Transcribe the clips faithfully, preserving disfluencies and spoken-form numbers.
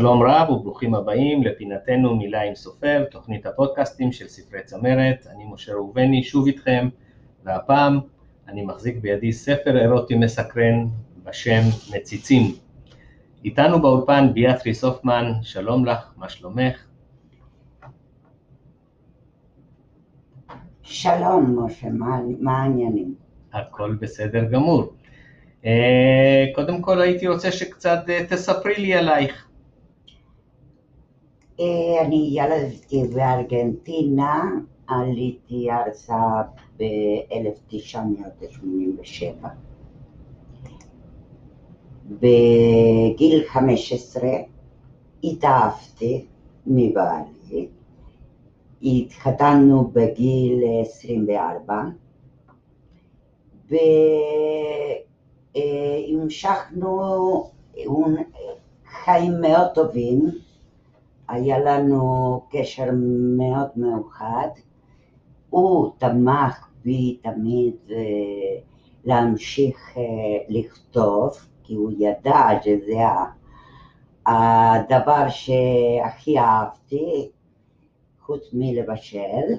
שלום רב וברוכים הבאים לפינתנו מילה עם סופר, תוכנית הפודקאסטים של ספרי צמרת. אני משה ראובני, שוב איתכם, והפעם אני מחזיק בידי ספר אירוטי מסקרן בשם מציצים. איתנו באולפן ביאטריס הופמן, שלום לך, מה שלומך? שלום משה, מה, מה העניינים? הכל בסדר גמור. קודם כל הייתי רוצה שקצת תספרי לי עלייך. אני ילדתי בארגנטינה, עליתי ארצה ב-אלף תשע מאות שמונים ושבע. בגיל חמש עשרה התאהבתי מבעלי, התחתנו בגיל עשרים וארבע, והמשכנו חיים מאוד טובים, היה לנו קשר מאוד מיוחד, הוא תמך בי תמיד להמשיך לכתוב, כי הוא ידע שזה הדבר שהכי אהבתי, חוץ מלבשל,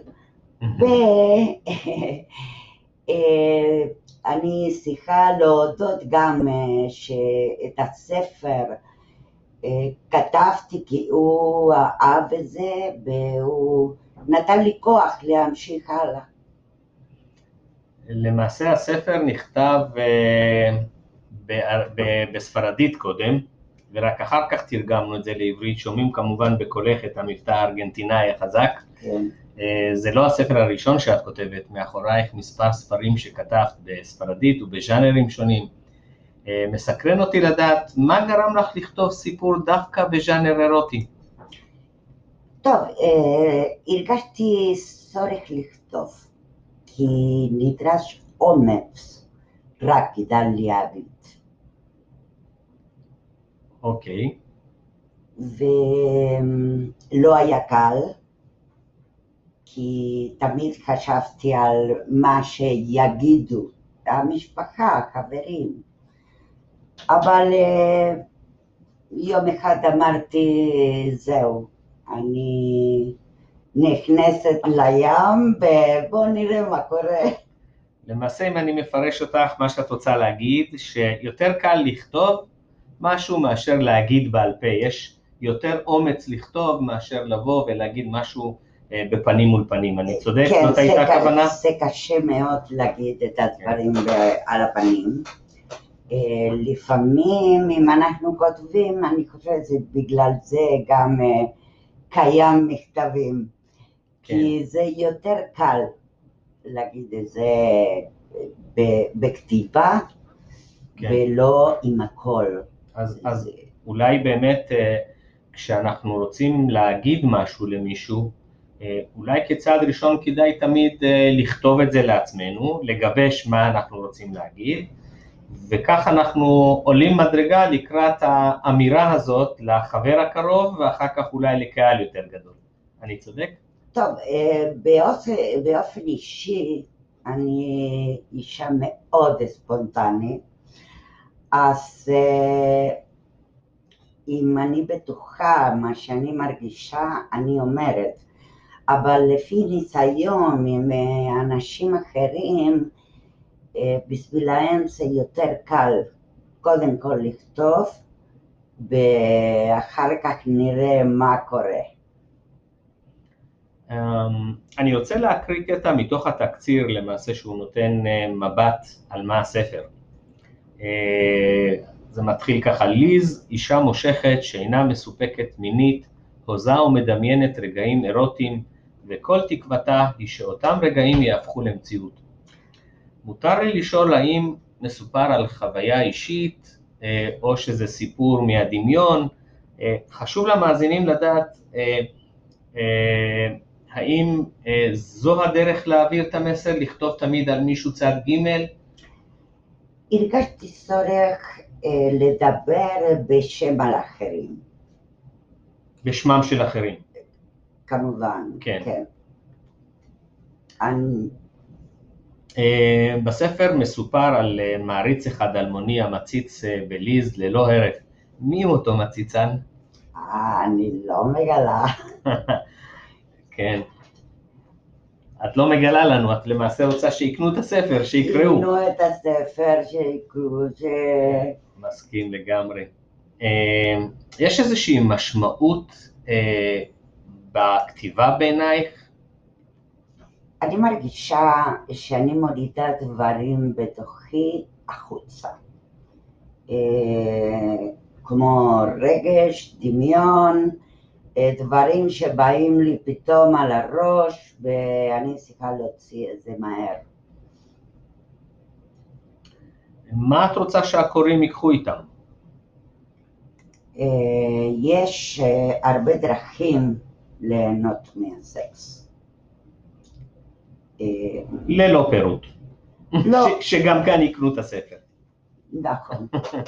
ואני צריכה להודות גם שאת הספר כתבתי כי הוא אהב את זה, והוא נתן לי כוח להמשיך הלאה. למעשה הספר נכתב בספרדית קודם, ורק אחר כך תרגמנו את זה לעברית. שומעים כמובן בקולך את המבטא הארגנטינאי החזק. כן. זה לא הספר הראשון שאת כותבת, מאחורייך מספר ספרים שכתבת בספרדית ובז'אנרים שונים. מסקרן אותי לדעת מה גרם לך לכתוב סיפור דווקא בז'אנר אירוטי. טוב, הרגשתי צורך לכתוב, כי נדרש אומץ רק כדי להגיד. אוקיי. ולא היה קל, כי תמיד חשבתי על מה שיגידו, המשפחה, החברים. אבל יום אחד אמרתי, זהו, אני נכנסת לים ובוא נראה מה קורה. למעשה, אם אני מפרש אותך, מה שאת רוצה להגיד, שיותר קל לכתוב משהו מאשר להגיד בעל פה. יש יותר אומץ לכתוב מאשר לבוא ולהגיד משהו בפנים מול פנים. אני צודק? כן, זאת הייתה הכוונה? זה קשה מאוד להגיד את הדברים על הפנים. לפעמים אם אנחנו כותבים, אני חושבת שבגלל זה גם קיים מכתבים, כי זה יותר קל להגיד את זה בכתיבה ולא עם הכל. אז, אז אולי באמת כשאנחנו רוצים להגיד משהו למישהו, אולי כצעד ראשון כדאי תמיד לכתוב את זה לעצמנו, לגבש מה אנחנו רוצים להגיד, וכך אנחנו עולים מדרגה לקראת האמירה הזאת לחבר הקרוב, ואחר כך אולי לקהל יותר גדול. אני צודק? טוב, באופן, באופן אישי, אני אישה מאוד ספונטנית, אז אם אני בטוחה מה שאני מרגישה, אני אומרת, אבל לפי ניסיון עם אנשים אחרים, בשבילהם זה יותר קל קודם כל לכתוב, ואחר כך נראה מה קורה. אני רוצה להקריא קטע מתוך התקציר, למעשה שהוא נותן מבט על מה הספר. זה מתחיל ככה: ליז, אישה מושכת שאינה מסופקת מינית, הוזה ומדמיינת רגעים אירוטיים, וכל תקוותה היא שאותם רגעים יהפכו למציאות. מותר לי לשאול האם מסופר על חוויה אישית, או שזה סיפור מהדמיון. חשוב למאזינים לדעת, האם זו הדרך להעביר את המסר, לכתוב תמיד על מישהו צד ג'? הרגשתי צורך לדבר בשם על אחרים. בשמם של אחרים. כמובן, כן. כן. אני... בספר מסופר על מעריץ אחד אלמוני המציץ בליז ללא הרף. מי הוא אותו מציצן? אה, אני לא מגלה. כן. את לא מגלה לנו, את למעשה רוצה שיקנו את הספר, שיקראו. יקנו את הספר, שיקראו, ש... מסכים לגמרי. יש איזושהי משמעות בכתיבה בעינייך? אני מרגישה שאני מורידה דברים בתוכי החוצה. כמו רגש, דמיון, דברים שבאים לי פתאום על הראש ואני צריכה להוציא את זה מהר. מה את רוצה שהקוראים ייקחו איתם? יש הרבה דרכים ליהנות מהסקס. ללא פירוט. לא. שגם כאן יקנו את הספר. נכון.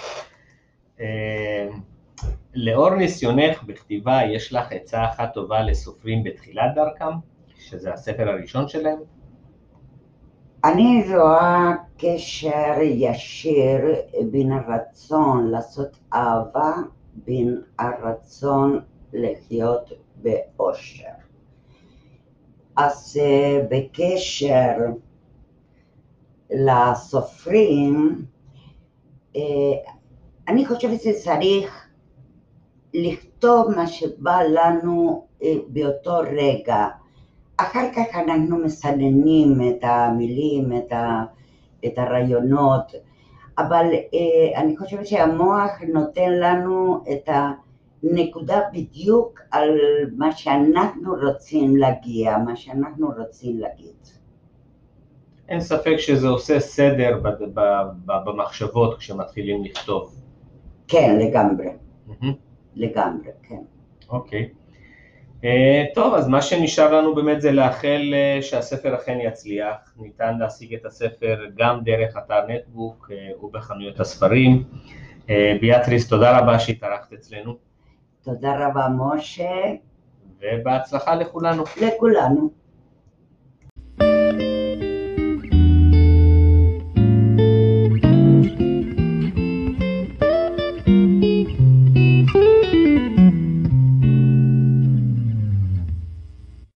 לאור ניסיונך בכתיבה, יש לך עצה אחת טובה לסופרים בתחילת דרכם, שזה הספר הראשון שלהם? אני רואה קשר ישיר בין הרצון לעשות אהבה, בין הרצון לחיות באושר. אז בקשר לסופרים, אני חושבת שצריך לכתוב מה שבא לנו באותו רגע. אחר כך אנחנו מסננים את המילים, את, ה, את הרעיונות, אבל אני חושבת שהמוח נותן לנו את הנקודה בדיוק על מה שאנחנו רוצים להגיע, מה שאנחנו רוצים להגיד. אין ספק שזה עושה סדר במחשבות כשמתחילים לכתוב. כן, לגמרי. Mm-hmm. לגמרי, כן. אוקיי. Uh, טוב, אז מה שנשאר לנו באמת זה לאחל uh, שהספר אכן יצליח. ניתן להשיג את הספר גם דרך אתר נטבוק uh, ובחנויות הספרים. Uh, ביאטריס, תודה רבה שהתארחת אצלנו. תודה רבה, משה. ובהצלחה לכולנו. לכולנו.